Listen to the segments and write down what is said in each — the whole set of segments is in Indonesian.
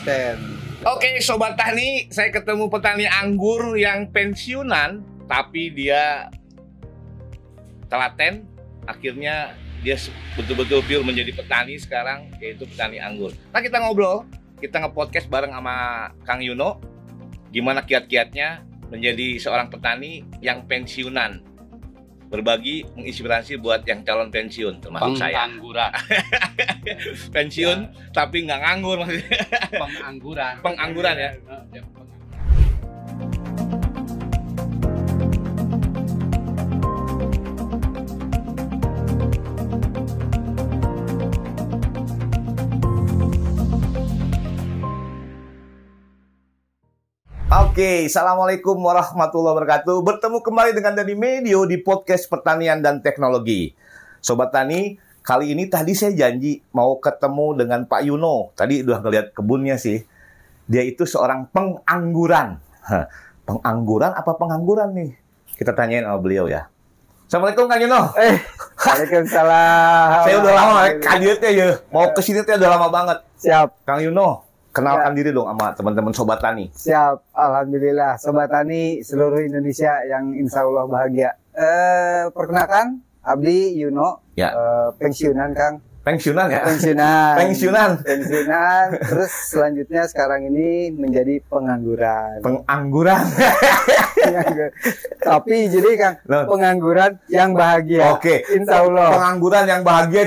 konsisten. Oke, Sobat Tani, saya ketemu petani anggur yang pensiunan, tapi dia telaten, akhirnya dia betul-betul pure menjadi petani sekarang, yaitu petani anggur. Nah, kita ngobrol, kita nge-podcast bareng sama Kang Yuno, gimana kiat-kiatnya menjadi seorang petani yang pensiunan. Berbagi, menginspirasi buat yang calon pensiun, termasuk saya. Pengangguran. Pensiun, tapi nggak nganggur maksudnya. Pengangguran. Pengangguran ya. Oke, Assalamualaikum warahmatullahi wabarakatuh. Bertemu kembali dengan Dani Medio di podcast Pertanian dan Teknologi. Sobat Tani, kali ini tadi saya janji mau ketemu dengan Pak Yuno. Tadi udah ngeliat kebunnya sih. Dia itu seorang pengangguran. Pengangguran apa pengangguran nih? Kita tanyain sama beliau ya. Assalamualaikum Kang Yuno. Waalaikumsalam. Saya udah lama kagetnya ya. Mau kesini tuh udah lama banget. Siap. Kang Yuno, kenalkan diri dong sama teman-teman Sobat Tani. Siap. Alhamdulillah. Sobat Tani seluruh Indonesia yang insya Allah bahagia. Perkenalkan, Abdi Yuno. Ya. Pensiunan, Kang. Pensiunan ya? Pensiunan. Pensiunan. Pensiunan. Terus selanjutnya sekarang ini menjadi pengangguran. Pengangguran. Tapi jadi Kang, pengangguran yang bahagia. Oke. Insya Allah. Pengangguran yang bahagia.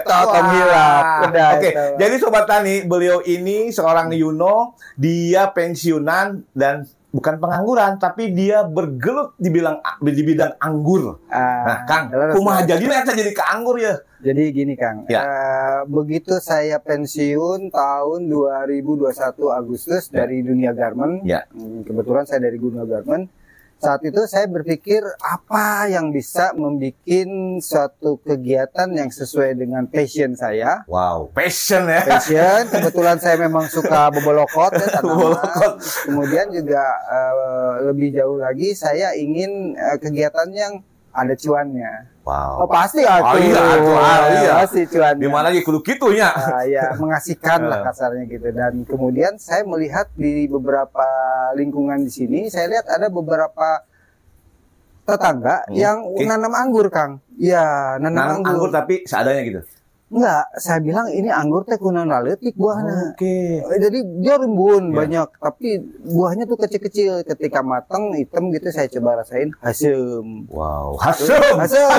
Oke. Jadi Sobat Tani, beliau ini seorang Yuno, dia pensiunan dan bukan pengangguran, tapi dia bergelut di bidang anggur. Nah, Kang, kumaha jadinya jadi ke anggur ya? Jadi gini Kang, ya. Begitu saya pensiun tahun 2021 Agustus dari dunia garmen, ya. Kebetulan saya dari dunia garmen. Saat itu saya berpikir apa yang bisa membuat suatu kegiatan yang sesuai dengan passion saya. Wow, passion ya? Passion, kebetulan saya memang suka bebolokot ya, tanaman. Kemudian juga lebih jauh lagi saya ingin kegiatan yang ada cuannya. Wow. Oh pasti aku. Iya. Pasti cuannya. Di mana lagi kudu kitunya? Ya, mengasihkan lah kasarnya gitu. Dan kemudian saya melihat di beberapa lingkungan di sini, saya lihat ada beberapa tetangga yang nanam anggur, Kang. Iya, nanam anggur tapi seadanya gitu. Enggak, saya bilang ini anggur teh kunaon leutik buahna. Oke. Jadi dia rimbun banyak, tapi buahnya tuh kecil-kecil. Ketika matang hitam gitu saya coba rasain asem. Wow, asem.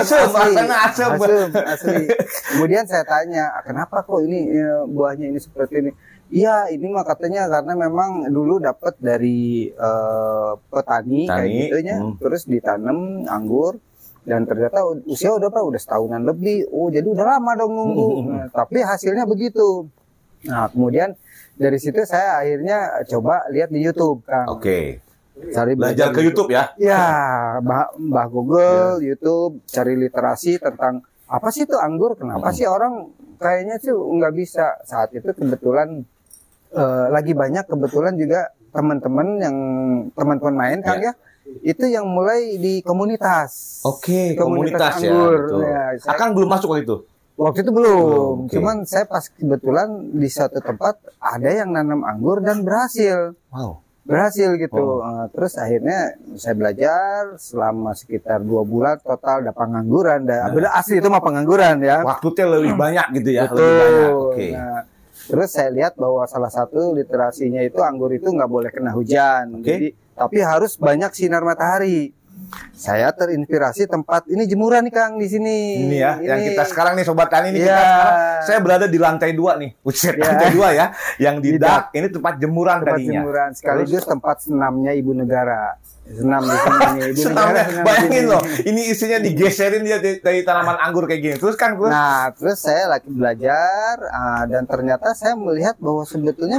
Asli. Kemudian saya tanya, kenapa kok ini buahnya ini seperti ini? Iya, ini mah katanya karena memang dulu dapat dari petani kayak gitunya, terus ditanam anggur. Dan ternyata usia udah setahunan lebih. Oh, jadi udah lama dong nunggu. Nah, tapi hasilnya begitu. Nah, kemudian dari situ saya akhirnya coba lihat di YouTube, Kang. Oke. Cari belajar ke YouTube ya? Ya, Mbah Google, YouTube, cari literasi tentang apa sih itu anggur? Kenapa sih orang kayaknya sih nggak bisa? Saat itu kebetulan lagi banyak kebetulan juga teman-teman main, Kang ya. Itu yang mulai di komunitas. Oke, komunitas anggur. Ya. Akang belum masuk waktu itu? Waktu itu belum. Cuman saya pas kebetulan di satu tempat ada yang nanam anggur dan berhasil. Wow. Berhasil gitu. Terus akhirnya saya belajar selama sekitar 2 bulan total ada pengangguran. Asli itu mah pengangguran ya. Waktunya lebih banyak gitu ya. Betul. Lebih banyak. Oke. Nah, terus saya lihat bahwa salah satu literasinya itu anggur itu nggak boleh kena hujan. Jadi tapi harus banyak sinar matahari. Saya terinspirasi tempat ini jemuran nih Kang di sini. Ini ya, yang kita sekarang nih Sobat Tani nih kita sekarang. Saya berada di lantai 2 nih. Lantai 2 ya. Yang di dak ini tempat jemuran tadinya. Tempat jemuran sekaligus tempat senamnya Ibu Negara. Senam di sini Ibu Negara. Bayangin loh, ini isinya digeserin dia dari tanaman anggur kayak gini. Terus kan Nah, terus saya lagi belajar dan ternyata saya melihat bahwa sebetulnya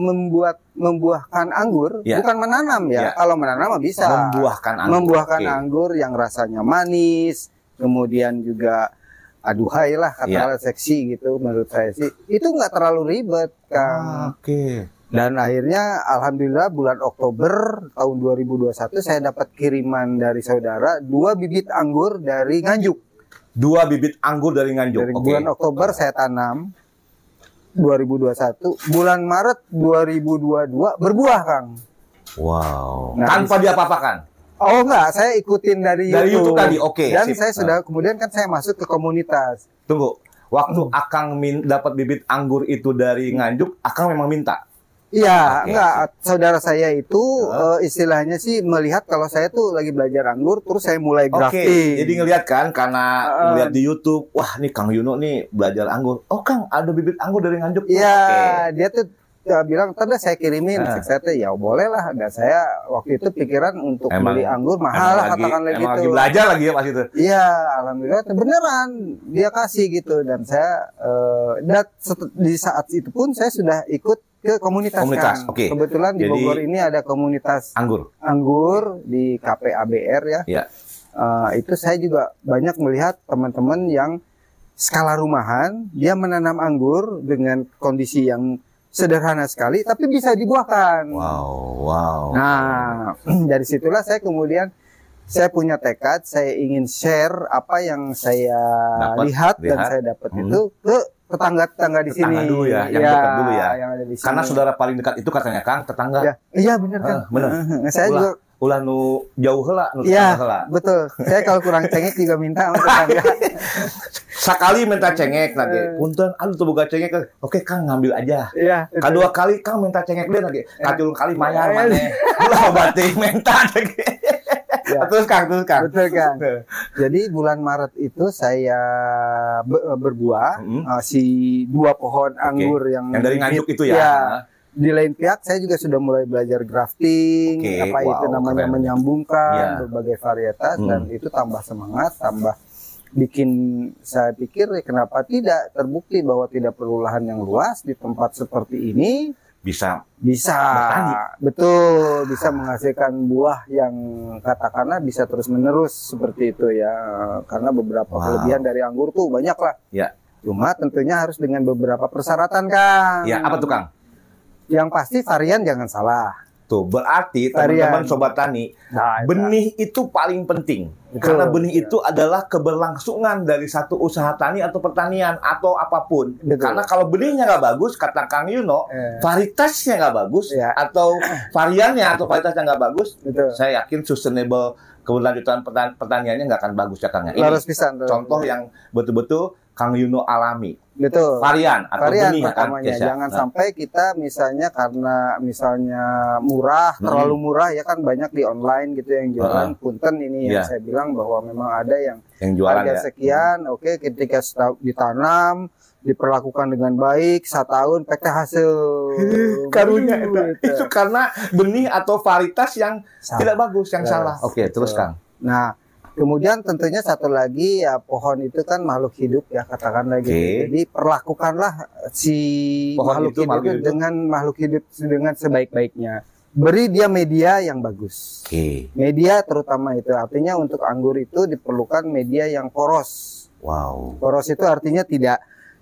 membuahkan anggur bukan menanam ya. Kalau menanam bisa. Membuahkan anggur yang rasanya manis, kemudian juga aduhai lah katakanlah seksi gitu menurut saya sih. Itu nggak terlalu ribet, Kang. Oke. Dan akhirnya alhamdulillah bulan Oktober tahun 2021 saya dapat kiriman dari saudara 2 bibit anggur dari Nganjuk. 2 bibit anggur dari Nganjuk. Dari bulan Oktober saya tanam. 2021, bulan Maret 2022 berbuah, Kang. Wow. Nah, Tanpa diapa-apakan? Oh enggak, saya ikutin dari YouTube tadi, oke. Dan Sip. saya sudah kemudian kan saya masuk ke komunitas. Tunggu, waktu Akang dapat bibit anggur itu dari Nganjuk, Akang memang minta? Iya, Oke. enggak. Saudara saya itu istilahnya sih melihat kalau saya tuh lagi belajar anggur, terus saya mulai Oke, grafting. jadi ngelihat kan, karena ngelihat di YouTube, wah nih Kang Yuno nih belajar anggur. Oh Kang, ada bibit anggur dari Nganjuk. Iya, Oke. dia tuh bilang, tanda saya kirimin. Saya tuh, ya boleh lah. Dan saya waktu itu pikiran untuk beli anggur mahal lah, katakanlah gitu. Emang lagi belajar lagi ya pas itu? Iya, alhamdulillah beneran dia kasih gitu. Dan saya di saat itu pun saya sudah ikut ke komunitas kan. Oke. Kebetulan di Bogor ini ada komunitas anggur di KPABR ya. Iya. Itu saya juga banyak melihat teman-teman yang skala rumahan, dia menanam anggur dengan kondisi yang sederhana sekali, tapi bisa dibuahkan. Wow. Nah, dari situlah saya kemudian saya punya tekad, saya ingin share apa yang saya lihat dan saya dapat itu ke tetangga-tetangga di sini. Tetangga dulu ya, yang dekat dulu ya. Yang ada di sini. Karena saudara paling dekat itu katanya Kang, tetangga. Iya benar kan. Benar. Saya juga ulah nu jauh heula, nu iya, heula. Betul. Saya kalau kurang cengek juga minta sama tetangga. Sekali minta cengek nanti. Punten, aduh tuh boga cengek. Oke, Kang ngambil aja. Iya. Kedua kali Kang minta cengek deh nanti. Katiul kali mayar maneh. Ulah berarti minta cengek. Ya. Terus Kang. Betul Kang. Jadi bulan Maret itu saya berbuah si 2 pohon anggur yang dari Nganjuk itu ya. Di lain pihak saya juga sudah mulai belajar grafting, itu namanya keren. Menyambungkan berbagai varietas dan itu tambah semangat, tambah bikin saya pikir kenapa tidak terbukti bahwa tidak perlu lahan yang luas di tempat seperti ini bisa bertani. Betul, bisa menghasilkan buah yang katakanlah bisa terus menerus seperti itu ya, karena beberapa kelebihan dari anggur tuh banyak lah. Ya. Cuma tentunya harus dengan beberapa persyaratan Kang. Ya, apa tuh Kang? Yang pasti varian jangan salah. Tuh, berarti teman-teman Sobat Tani, benih itu paling penting. Betul, karena benih itu adalah keberlangsungan dari satu usaha tani atau pertanian atau apapun. Betul. Karena kalau benihnya nggak bagus, kata Kang Yuno, varietasnya nggak bagus, atau variannya atau varietasnya nggak bagus, saya yakin sustainable keberlanjutan pertaniannya nggak akan bagus ya Kang. Ini contoh yang betul-betul Kang Yuno alami. Betul. Varian atau benih pertamanya. Jangan sampai kita misalnya karena misalnya murah, terlalu murah ya kan banyak di online gitu yang jualan. Punten ini yang saya bilang bahwa memang ada yang jualan harga sekian, ketika ditanam diperlakukan dengan baik, 1 tahun pekeh hasil karunya itu karena benih atau varietas yang tidak bagus, yang salah. Terus Kang. Nah, kemudian tentunya satu lagi ya, pohon itu kan makhluk hidup ya, katakanlah gitu. Jadi perlakukanlah si makhluk hidup dengan makhluk hidup dengan sebaik-baiknya. Beri dia media yang bagus. Media terutama itu artinya untuk anggur itu diperlukan media yang poros. Poros itu artinya tidak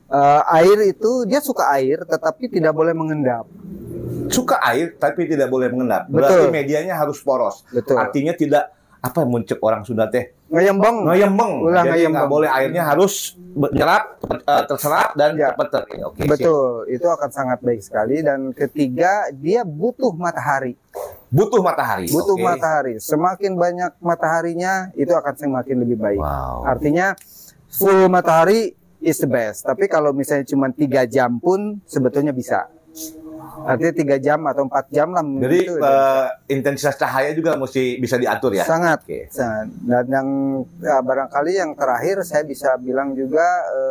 air itu dia suka air tetapi tidak boleh mengendap. Suka air tapi tidak boleh mengendap. Berarti medianya harus poros. Betul. Artinya tidak apa yang muncul orang Sunda teh ngeyembeng. Jadi nggak boleh, airnya harus menyerap, terserap dan cepat betul, itu akan sangat baik sekali. Dan ketiga, dia butuh matahari. Butuh matahari. Semakin banyak mataharinya itu akan semakin lebih baik. Artinya full matahari is the best. Tapi kalau misalnya cuma 3 jam pun sebetulnya bisa. Artinya 3 jam atau 4 jam lah. Jadi intensitas cahaya juga mesti bisa diatur ya? Sangat. Dan yang barangkali yang terakhir saya bisa bilang juga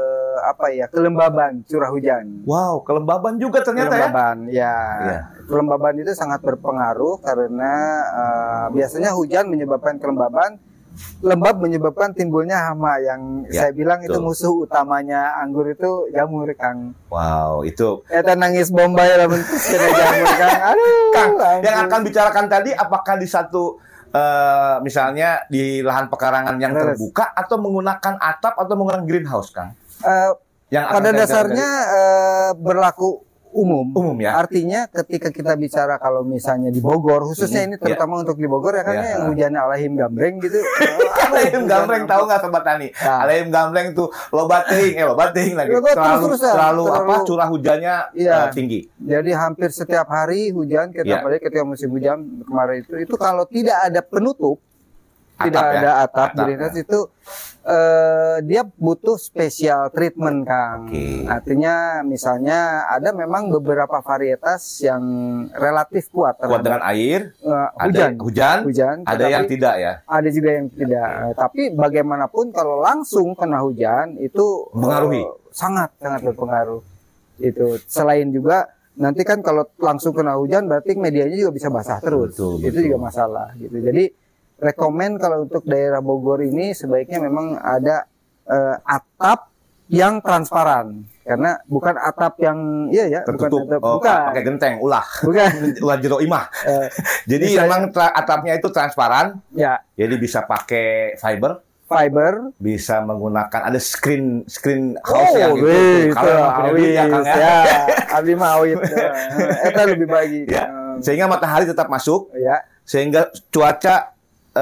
kelembaban curah hujan. Wow, kelembaban juga ternyata ya? Kelembaban itu sangat berpengaruh karena biasanya hujan menyebabkan kelembaban. Lembab menyebabkan timbulnya hama yang saya bilang itu musuh utamanya anggur itu jamur Kang. Wow, itu. Nangis Bombay lah bentuk jamur Kang. Aduh. Kang, yang akan bicarakan tadi apakah di satu misalnya di lahan pekarangan yang terbuka atau menggunakan atap atau menggunakan greenhouse Kang? Pada dasarnya berlaku umum ya. Artinya ketika kita bicara kalau misalnya di Bogor, khususnya ini terutama untuk di Bogor ya kan yang hujan alahim gambreng gitu. Alahim gambreng tahu nggak Sobat Tani? Alahim gambreng tuh loba teuing lagi. Terlalu apa curah hujannya tinggi. Jadi hampir setiap hari hujan ketika musim hujan kemarin itu kalau tidak ada penutup, tidak ada atap, itu dia butuh special treatment, Kang. Artinya misalnya ada memang beberapa varietas yang relatif kuat dengan air, hujan, ada yang tidak ya. Ada juga yang tidak. Tapi bagaimanapun kalau langsung kena hujan itu mempengaruhi. Sangat berpengaruh. Itu selain juga nanti kan kalau langsung kena hujan berarti medianya juga bisa basah terus. Betul. Itu juga masalah gitu. Jadi rekomen kalau untuk daerah Bogor ini sebaiknya memang ada atap yang transparan, karena bukan atap yang tertutup, bukan pakai genteng ulah jero imah. Jadi memang atapnya itu transparan, jadi bisa pakai fiber, bisa menggunakan ada screen house yang itu kalau awit abdi mah awit eta lebih bagi sehingga matahari tetap masuk, sehingga cuaca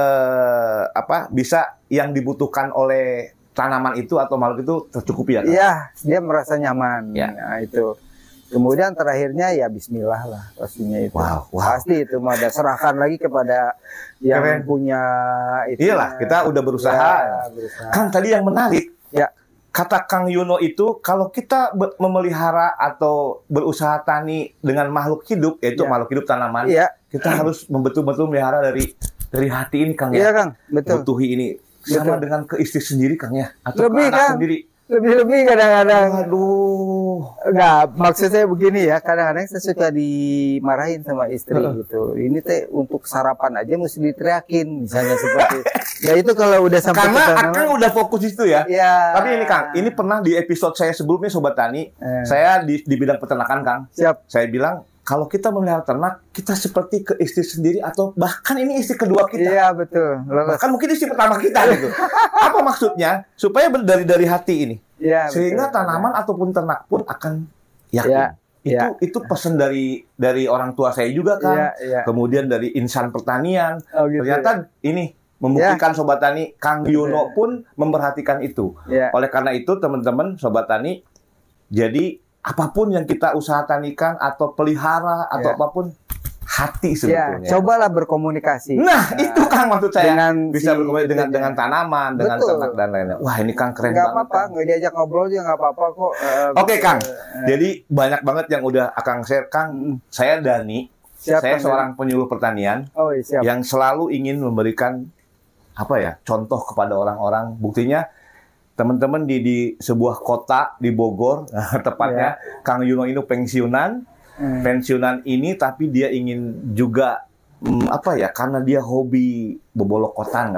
bisa yang dibutuhkan oleh tanaman itu atau makhluk itu tercukupi ya kan? Iya, dia merasa nyaman. Nah, itu. Kemudian terakhirnya ya bismillah lah pastinya itu. Wow. Pasti itu mau ada serahkan lagi kepada yang punya itu. Iyalah, kita udah berusaha. Kan tadi yang menarik. Kata Kang Yuno itu kalau kita memelihara atau berusaha tani dengan makhluk hidup, yaitu makhluk hidup tanaman, kita harus betul-betul melihara dari hati ini, Kang. Iya, Kang, betul. Butuhi ini sama dengan ke istri sendiri, Kang ya, atau lebih, ke anak Kang. sendiri. Lebih kadang-kadang. Aduh. Enggak, maksud saya begini ya, kadang-kadang saya suka dimarahin sama istri gitu. Ini teh untuk sarapan aja mesti diteriakin, misalnya seperti. Ya itu kalau udah sampai karena Akang udah fokus di situ ya. Tapi ini Kang, ini pernah di episode saya sebelumnya Sobat Tani, saya di bidang peternakan, Kang. Siap. Saya bilang kalau kita memelihara ternak, kita seperti ke istri sendiri atau bahkan ini istri kedua kita. Iya, betul. Bahkan mungkin istri pertama kita gitu. Apa maksudnya? Supaya dari hati ini. Ya, sehingga tanaman ataupun ternak pun akan yakin. Itu pesan dari orang tua saya juga, Kang. Kemudian dari insan pertanian. Ternyata ini membuktikan Sobat Tani, Kang Yuno pun memperhatikan itu. Oleh karena itu, teman-teman Sobat Tani, jadi apapun yang kita usaha tanikan atau pelihara atau apapun, hati sebetulnya. Cobalah berkomunikasi. Nah, itu Kang maksud saya. Bisa berkomunikasi dengan tanaman, dengan ternak dan lain-lain. Wah, ini Kang keren banget. Nggak apa-apa, nggak diajak ngobrol juga nggak apa-apa kok. Oke, Kang. Jadi banyak banget yang udah Akang share. Kang, saya Dani. Saya seorang penyuluh pertanian yang selalu ingin memberikan contoh kepada orang-orang. Buktinya teman-teman di sebuah kota di Bogor, tepatnya Kang Yuno ini pensiunan ini, tapi dia ingin juga karena dia hobi bebolok kotan,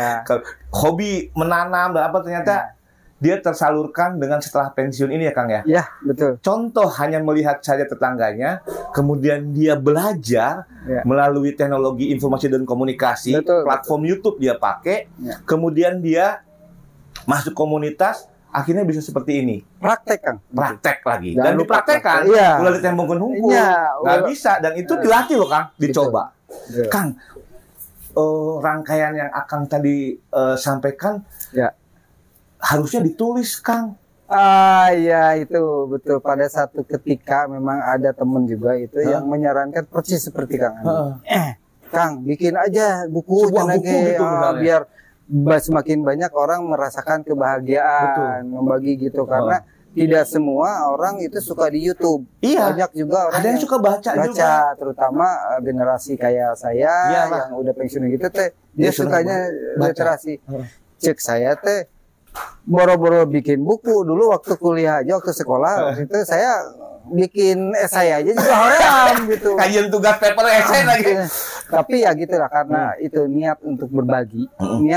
hobi menanam dan ternyata dia tersalurkan dengan setelah pensiun ini ya Kang ya. Iya, betul. Contoh hanya melihat saja tetangganya, kemudian dia belajar melalui teknologi informasi dan komunikasi, platform YouTube dia pakai, kemudian dia masuk komunitas, akhirnya bisa seperti ini. Praktek, Kang. Praktek lagi. Dan dipraktekkan. Mulai ditembongkan hukum. Nggak bisa. Dan itu dilatih loh, Kang. Dicoba. Betul. Kang, rangkaian yang Akang tadi sampaikan, harusnya ditulis, Kang. Iya, itu betul. Pada satu ketika memang ada teman juga itu yang menyarankan persis seperti Kang. Kang, bikin aja buku. Sebuah buku gitu, biar semakin banyak orang merasakan kebahagiaan, membagi gitu, karena tidak semua orang itu suka di YouTube. Banyak juga orang yang suka baca juga. Terutama generasi kayak saya yang udah pensiun gitu dia sukanya literasi. Cek saya boro-boro bikin buku dulu waktu kuliah aja, waktu sekolah waktu itu saya bikin esai aja juga haram gitu. Kajian tugas paper esai lagi. Tapi ya gitulah, karena itu niat untuk berbagi,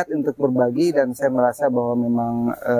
dan saya merasa bahwa memang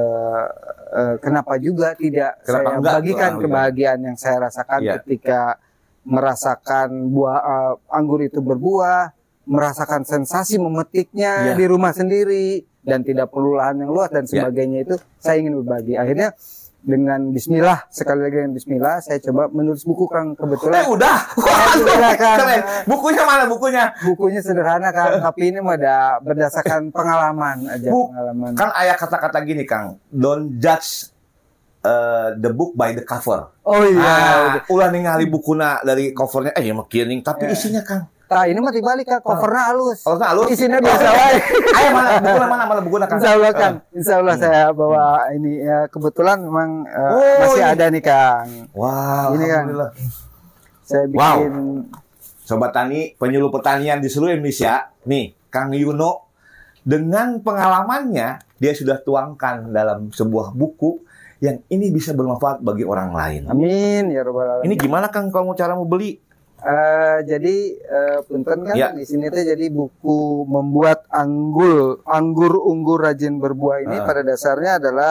kenapa juga tidak saya bagikan kebahagiaan yang saya rasakan ketika merasakan buah anggur itu berbuah, merasakan sensasi memetiknya di rumah sendiri dan tidak perlu lahan yang luas dan sebagainya. Itu saya ingin berbagi. Akhirnya dengan Bismillah, sekali lagi dengan Bismillah, saya coba menulis buku, Kang. Kebetulan. Udah. Alhamdulillah, Kang. Keren. Bukunya mana bukunya? Bukunya sederhana, Kang, tapi ini mah ada berdasarkan pengalaman aja. Pengalaman. Kan ayat kata-kata gini, Kang. Don't judge the book by the cover. Oh iya. Ulah ningali bukuna dari covernya, ya mah kieuning, tapi isinya, Kang. Nah, ini mah dibalik, Kang. Covernya halus. Covernya halus. Isinya biasa wae. Ayo mana bukuna, Kang? Insya Allah, Kang. Insya Allah saya bawa ini ya, kebetulan memang masih ada nih, Kang. Wow, ini, Kang. Alhamdulillah. Saya bikin. Sobat Tani, penyuluh pertanian di seluruh Indonesia, nih, Kang Yuno, dengan pengalamannya, dia sudah tuangkan dalam sebuah buku yang ini bisa bermanfaat bagi orang lain. Amin, ya Rabbal Alamin. Ini gimana, Kang, kalau cara mau beli? Jadi punten kan di sini tuh jadi buku membuat anggur unggur rajin berbuah ini pada dasarnya adalah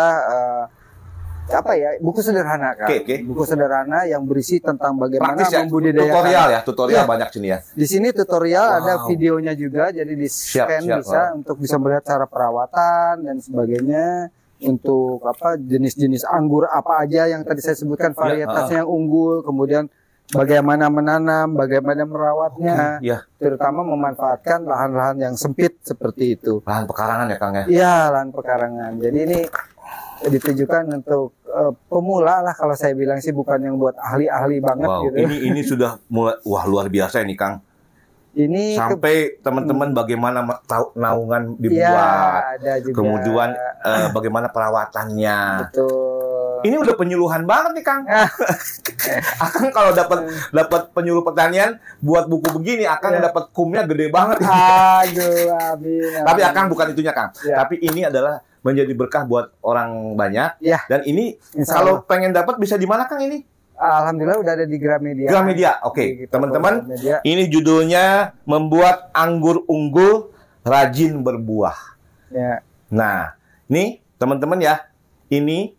buku sederhana, Kang. Buku sederhana yang berisi tentang bagaimana membudidayakan. Tutorial banyak sini ya. Di sini tutorial ada videonya juga, jadi di scan bisa untuk bisa melihat cara perawatan dan sebagainya. Untuk jenis-jenis anggur apa aja yang tadi saya sebutkan, varietasnya yang unggul, kemudian bagaimana menanam, bagaimana merawatnya, terutama memanfaatkan lahan-lahan yang sempit seperti itu. Lahan pekarangan ya, Kang ya? Iya, lahan pekarangan. Jadi ini ditujukan untuk pemula lah, kalau saya bilang sih, bukan yang buat ahli-ahli banget gitu. Ini sudah mulai luar biasa ini, Kang. Ini sampai teman-teman bagaimana naungan dibuat, ada juga. Kemudian bagaimana perawatannya. Betul. Ini udah penyuluhan banget nih, Kang. Akang kalau dapat penyuluh pertanian buat buku begini, Akang dapat kumnya gede banget. Aduh, amin. Tapi Akang bukan itunya, Kang. Tapi ini adalah menjadi berkah buat orang banyak. Dan ini kalau pengen dapat bisa di mana, Kang, ini? Alhamdulillah udah ada di Gramedia. Gramedia, oke. Teman-teman, ini judulnya Membuat Anggur Unggul Rajin Berbuah. Ya. Nah, nih teman-teman ya, ini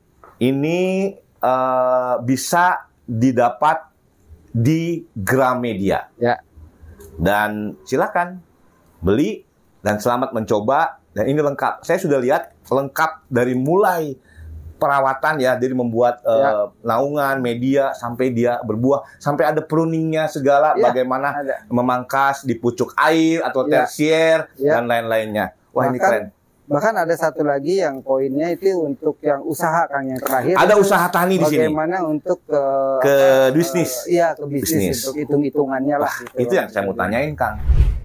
bisa didapat di Gramedia. Ya. Dan silakan beli dan selamat mencoba. Dan ini lengkap. Saya sudah lihat lengkap dari mulai perawatan ya, jadi membuat naungan, media, sampai dia berbuah, sampai ada pruningnya segala, bagaimana memangkas di pucuk air atau tersier dan lain-lainnya. Wah, ini keren. Bahkan ada satu lagi yang poinnya itu untuk yang usaha, Kang, yang terakhir. Ada usaha tani di sini. Bagaimana untuk ke bisnis. Iya, ke bisnis untuk hitung-hitungannya lah. Gitu, itu yang saya mau tanyain, Kang.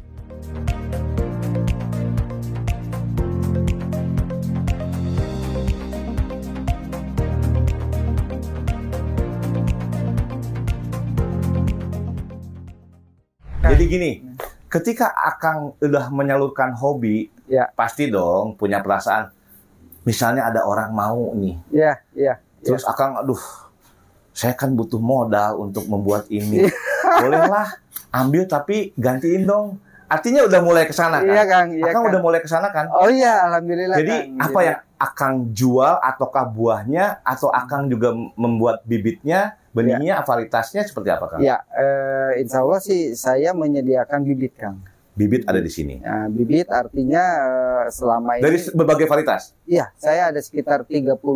Jadi gini, ketika Akang udah menyalurkan hobi, pasti dong punya perasaan. Misalnya ada orang mau nih. Terus Akang, aduh, saya kan butuh modal untuk membuat ini. Bolehlah, ambil tapi gantiin dong. Artinya udah mulai ke sana kan? Iya, Kang. Akang udah mulai ke sana kan? Oh iya, alhamdulillah. Jadi Kang, apa yang Akang jual ataukah buahnya atau Akang juga membuat bibitnya, benihnya, varietasnya seperti apa, Kang? Ya, insya Allah sih saya menyediakan bibit, Kang. Bibit ada di sini. Nah, bibit artinya selama ini dari berbagai varietas. Iya, saya ada sekitar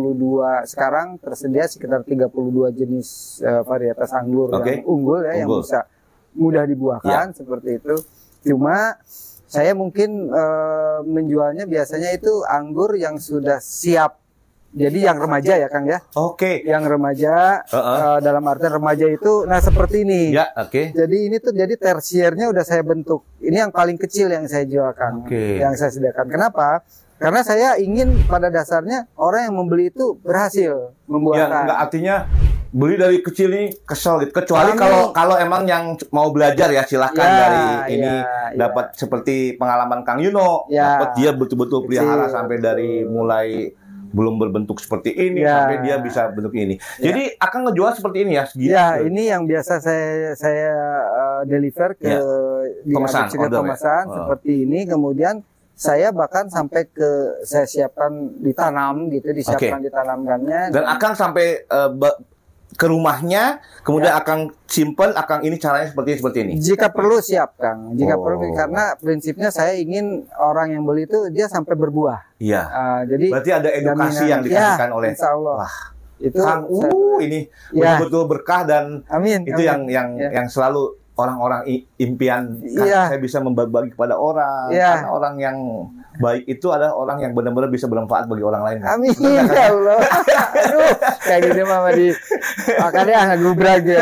32 sekarang tersedia sekitar 32 jenis varietas anggur yang unggul ya, yang bisa mudah dibuahkan seperti itu. Cuma saya mungkin menjualnya biasanya itu anggur yang sudah siap. Jadi yang remaja ya, Kang ya. Yang remaja dalam artian remaja itu seperti ini. Jadi ini tuh jadi tersiernya udah saya bentuk. Ini yang paling kecil yang saya jual, Kang. Yang saya sediakan. Kenapa? Karena saya ingin pada dasarnya orang yang membeli itu berhasil membuahkan. Ya, enggak artinya beli dari kecil nih kesel gitu. Kecuali kalau emang yang mau belajar ya silahkan dari ini dapat seperti pengalaman Kang Yuno, dapat dia betul-betul pelihara sampai dari mulai belum berbentuk seperti ini sampai dia bisa bentuk ini. Jadi akan ngejual seperti ini ya, segitu. Ya, ini yang biasa saya deliver ke kemasan seperti ini. Kemudian saya bahkan sampai ke saya siapkan ditanam gitu, disiapkan ditanamkannya. Dan akan sampai ke rumahnya, kemudian akan simpen, akan ini caranya seperti ini. Jika perlu siap, Kang. Jika perlu, karena prinsipnya saya ingin orang yang beli itu dia sampai berbuah. Iya. Jadi berarti ada edukasi yang dikasihkan oleh. Insya Allah. Wah, Itu Kang, ini ya. betul-betul berkah dan Amin. itu amin. yang selalu orang-orang impian kan Iya. saya bisa membagi kepada orang. Iya. Karena orang yang baik itu adalah orang yang benar-benar bisa bermanfaat bagi orang lain. Kan? Amin ya Allah. Aduh, kayak gini mama makanya anak gubrak ya.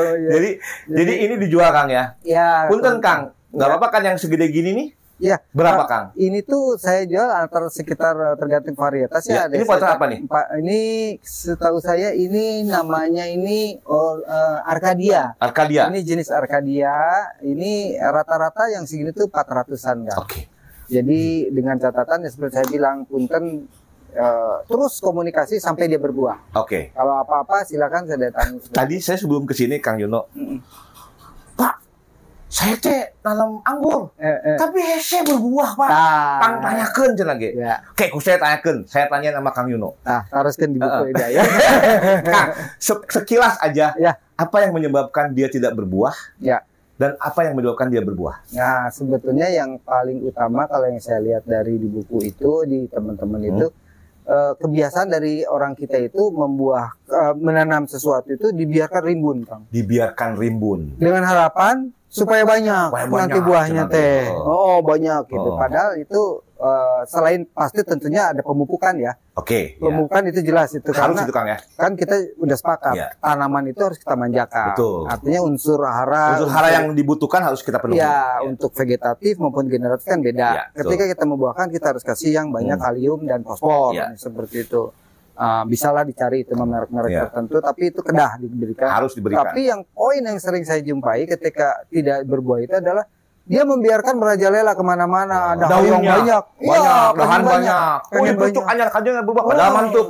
Jadi ini dijual Kang ya. Ya. Punten Kang, nggak apa-apa kan yang segede gini nih? Ya. Berapa Kang? Ini tuh saya jual antara sekitar tergantung varietas ya. Ini potong apa nih? Ini setahu saya ini namanya ini Arcadia. Arcadia. Ini jenis Arcadia. Ini rata-rata yang segini tuh 400-an kan. Oke. Jadi dengan catatan ya seperti saya bilang, punten terus komunikasi sampai dia berbuah. Oke. Kalau apa-apa silakan saya datang. Tadi saya sebelum kesini Kang Yuno, Pak, saya teh nanam anggur, tapi hese berbuah Pak. Kang tanyakeun cenah ge. Ya. Kayak ku saya tanyakeun, saya tanya sama Kang Yuno. Nah, haruskan di buku ya. Kang, sekilas aja, Ya. apa yang menyebabkan dia tidak berbuah? Ya. Dan apa yang menyebabkan dia berbuah? Nah, sebetulnya yang paling utama kalau yang saya lihat dari di buku itu, di teman-teman itu, kebiasaan dari orang kita itu menanam sesuatu itu dibiarkan rimbun, Kang. Dibiarkan rimbun. Dengan harapan supaya banyak nanti buahnya teh. Oh, banyak gitu. Padahal itu selain pasti tentunya ada pemupukan ya. Oke. Pemupukan itu jelas itu Harus karena itu Kang ya. kan kita udah sepakat Ya. tanaman itu harus kita manjakan. Betul. Artinya unsur hara. Unsur hara yang dibutuhkan harus kita penuhi. Ya, untuk vegetatif maupun generatif kan beda. Ya, Ketika kita membuahkan kita harus kasih yang banyak kalium dan fosfor seperti itu. Bisalah dicari itu merek-merek tertentu, tapi itu kedah diberikan. Harus diberikan. Tapi yang poin yang sering saya jumpai ketika tidak berbuah itu adalah dia membiarkan merajalela kemana-mana, ada daun banyak, dahan banyak. Pucuk anyar aja berbuah, padahal mantap.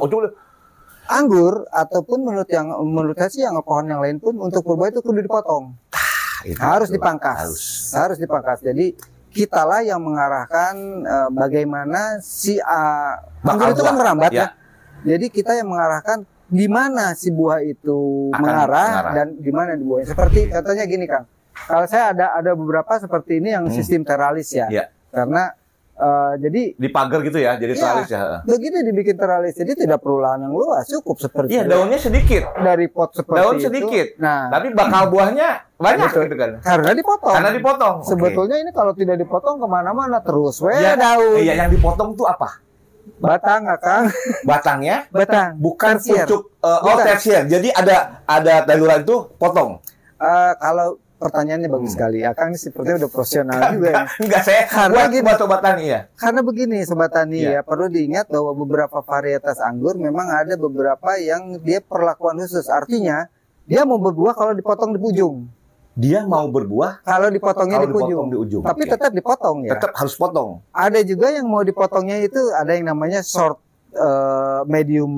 Anggur ataupun menurut saya sih yang pohon yang lain pun untuk berbuah itu kudu dipotong, harus dipangkas, harus dipangkas. Jadi kitalah yang mengarahkan bagaimana si anggur itu kan merambat ya. Jadi kita yang mengarahkan di mana si buah itu mengarah dan di mana di buahnya. Seperti contohnya gini Kang. Kalau saya ada beberapa seperti ini yang sistem teralis ya. Karena jadi dipagar gitu ya, jadi teralis ya. Begitu dibikin teralis, jadi tidak perlu lahan yang luas, cukup seperti itu. Iya, daunnya sedikit. Dari pot seperti daun sedikit. Itu. Nah, tapi bakal buahnya banyak gitu kan. Karena dipotong. Karena dipotong. Sebetulnya ini kalau tidak dipotong kemana-mana terus. Daun. Iya, yang dipotong tuh apa? Batang, Kang. Batangnya? Batang. Bukan pucuk. Tersier. Jadi ada daluran itu potong. Kalau pertanyaannya bagus sekali. Kang ini sepertinya udah profesional juga. Enggak, saya buat Sobat Tani ya. Karena begini Sobat Tani ya, perlu diingat bahwa beberapa varietas anggur memang ada beberapa yang dia perlakuan khusus. Artinya, dia mau berbuah kalau dipotong di ujung. Dia mau berbuah kalau dipotongnya di ujung. Tapi tetap dipotong ya. Tetap harus potong. Ada juga yang mau dipotongnya itu ada yang namanya short, medium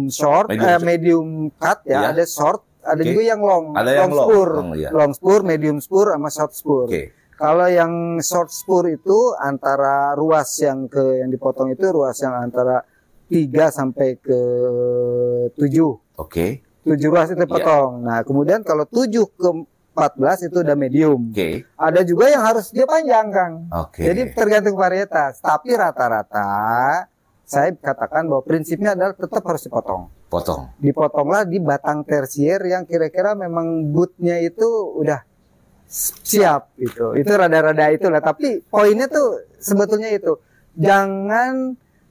cut ya. Ada short, ada juga yang long. Ada yang long spur, medium spur, sama short spur. Kalau yang short spur itu antara ruas yang dipotong itu ruas yang antara 3 sampai ke 7. 7 ruas itu potong. Nah, kemudian kalau 7 ke 14 itu udah medium. Ada juga yang harus dia panjang, Kang. Jadi tergantung varietas. Tapi rata-rata saya katakan bahwa prinsipnya adalah tetap harus dipotong. Dipotonglah di batang tersier yang kira-kira memang bootnya itu udah siap gitu. Itu rada-rada itulah. Tapi poinnya tuh sebetulnya itu jangan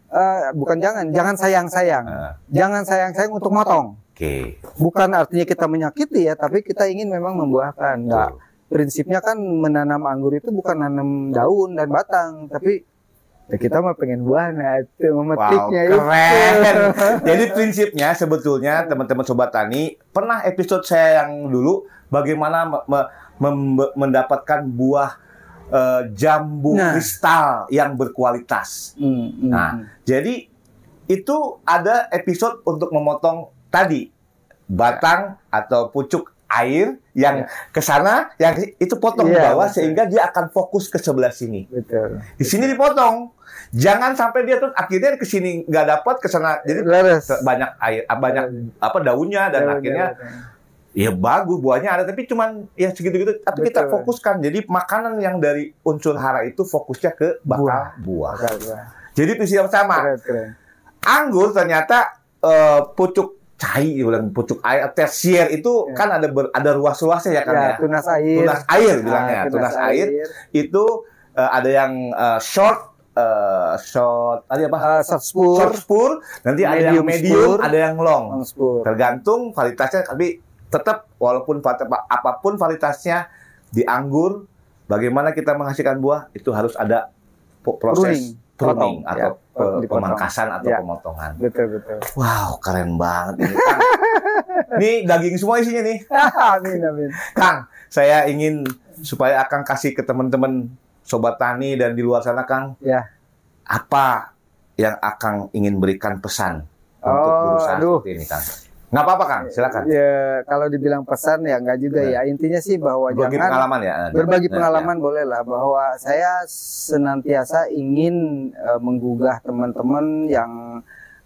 jangan sayang-sayang. Jangan sayang-sayang untuk motong. Bukan artinya kita menyakiti ya, tapi kita ingin memang membuahkan. Nah, prinsipnya kan menanam anggur itu bukan nanam daun dan batang, tapi ya kita mah pengen buah, nah itu memetiknya itu. Keren. Jadi prinsipnya sebetulnya teman-teman Sobat Tani, pernah episode saya yang dulu bagaimana mendapatkan buah jambu kristal yang berkualitas. Jadi itu ada episode untuk memotong tadi batang atau pucuk air yang ke sana, yang itu potong ke bawah sehingga dia akan fokus ke sebelah sini. Di sini dipotong. Jangan sampai dia tuh akhirnya ke sini nggak dapat, ke sana jadi banyak air, banyak daunnya dan akhirnya ya bagus buahnya ada tapi cuman ya segitu-gitu. Tapi kita fokuskan. Jadi makanan yang dari unsur hara itu fokusnya ke buah. Jadi prinsip yang sama. Anggur ternyata pucuk cai, bilang pucuk air, tersier itu kan ada ruas-ruasnya ya kan ya. Tunas air. Tunas air bilangnya. Tunas air itu ada yang short, tadi apa? Short spur. Nanti ada yang medium, ada yang long. Tergantung varietasnya, tapi tetap walaupun apapun varietasnya di anggur, bagaimana kita menghasilkan buah itu harus ada proses pruning atau pemangkasan atau pemotongan. Betul. Wow, keren banget ini, Kang. Ini daging semua isinya nih. Amin. Kang, saya ingin supaya Akang kasih ke teman-teman sobat tani dan di luar sana, Kang. Ya. Apa yang Akang ingin berikan pesan untuk berusaha seperti ini, Kang? Nggak apa-apa, Kang. Silakan. Ya, kalau dibilang pesan ya nggak juga ya. Intinya sih bahwa berbagi pengalaman ya. Berbagi pengalaman boleh lah. Bahwa saya senantiasa ingin menggugah teman-teman yang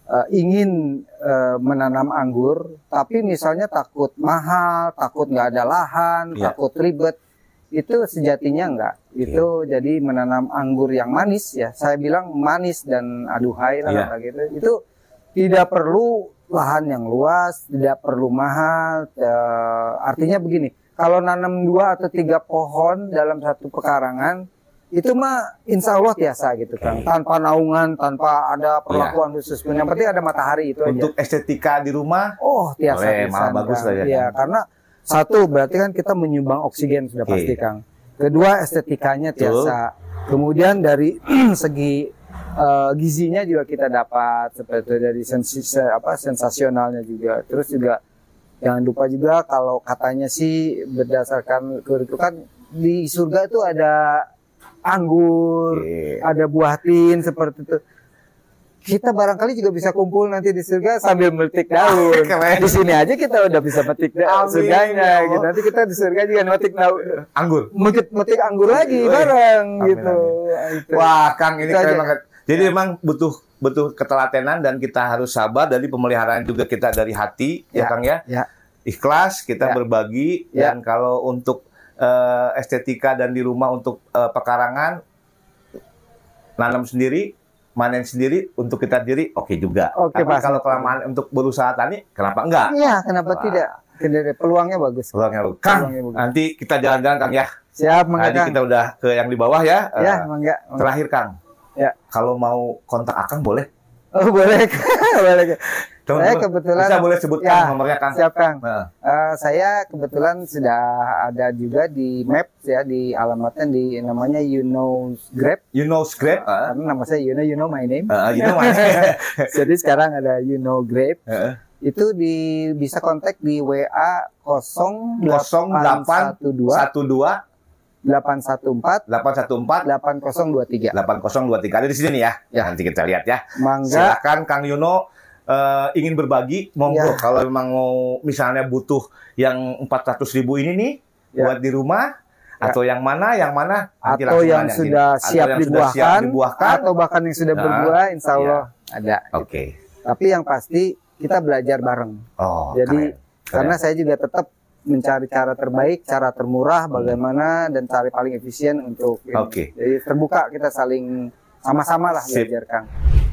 ingin menanam anggur, tapi misalnya takut mahal, takut nggak ada lahan, takut ribet. Itu sejatinya enggak. Itu jadi menanam anggur yang manis ya. Saya bilang manis dan aduhai lah gitu. Itu tidak perlu lahan yang luas, tidak perlu mahal. Artinya begini, kalau nanam 2 atau 3 pohon dalam satu pekarangan, itu mah insya Allah biasa gitu kan. Tanpa naungan, tanpa ada perlakuan khusus. Yang penting ada matahari itu untuk aja. estetika di rumah, biasa. Malah bagus lah ya. Iya, karena satu berarti kan kita menyumbang oksigen sudah pasti, Kang. Kedua estetikanya biasa. Kemudian dari segi gizinya juga kita dapat, seperti dari sensasionalnya juga. Terus juga jangan lupa juga kalau katanya sih berdasarkan itu kan di surga itu ada anggur, ada buah tin seperti itu. Kita barangkali juga bisa kumpul nanti di surga sambil metik daun. Di sini aja kita udah bisa metik surganya. Gitu. Nanti kita di surga juga metik daun anggur. Metik anggur lagi bareng gitu. Wah, Kang ini keren banget. Jadi memang butuh ketelatenan dan kita harus sabar dari pemeliharaan juga kita dari hati ya Kang ya. Ikhlas kita berbagi dan kalau untuk estetika dan di rumah untuk pekarangan nanam sendiri, manen sendiri untuk kita diri juga. Tapi kalau kelamaan untuk berusaha tani kenapa enggak? Iya, kenapa tidak? Peluangnya bagus. Kang, nanti kita jalan-jalan Kang ya. Siap, Mangga. Tadi kita udah ke yang di bawah ya. Mangga. Terakhir Kang. Ya. Kalau mau kontak Akang boleh? Oh, boleh. Boleh. Saya kebetulan bisa boleh sebutkan nomornya Kang. Siap Kang. Saya kebetulan sudah ada juga di Maps ya, di alamatnya di namanya Grab. Grab. Karena nama saya you know my name. You know my name. Jadi sekarang ada Grab. Itu bisa kontak di WA 0812 814 8023. Ada di sini nih ya. Nanti kita lihat ya. Mangga. Silakan Kang Yuno ingin berbagi, monggo. Kalau memang mau misalnya butuh yang 400.000 ini nih buat di rumah atau yang mana atau yang sudah siap dibuahkan atau bahkan yang sudah berbuah, insya Allah ada. Tapi yang pasti kita belajar bareng. Jadi karena saya juga tetap mencari cara terbaik, cara termurah, bagaimana dan cara paling efisien untuk ini. Jadi terbuka kita saling sama-sama lah belajar Kang.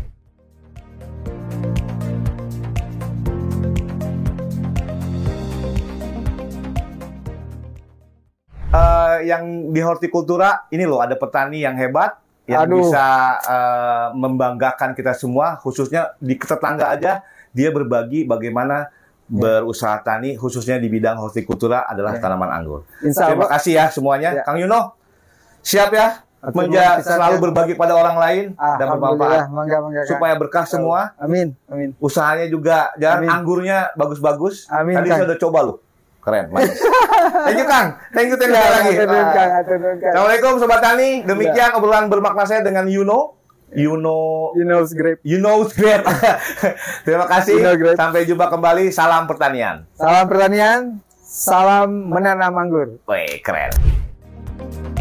Yang di hortikultura ini loh ada petani yang hebat yang bisa membanggakan kita semua, khususnya di tetangga aja dia berbagi bagaimana berusaha tani, khususnya di bidang hortikultura adalah tanaman anggur. Terima kasih ya semuanya. Kang Yuno, siap ya selalu berbagi pada orang lain dan bermanfaat. Supaya berkah semua. Amin. Usahanya juga anggurnya bagus-bagus. Tadi saya udah coba loh. Keren. Thank you Kang. Thank you lagi. Assalamualaikum Sobat Tani. Demikian obrolan bermakna saya dengan Yuno. Grab. Terima kasih. Sampai jumpa kembali. Salam pertanian. Salam pertanian. Salam menanam anggur. Wih, keren.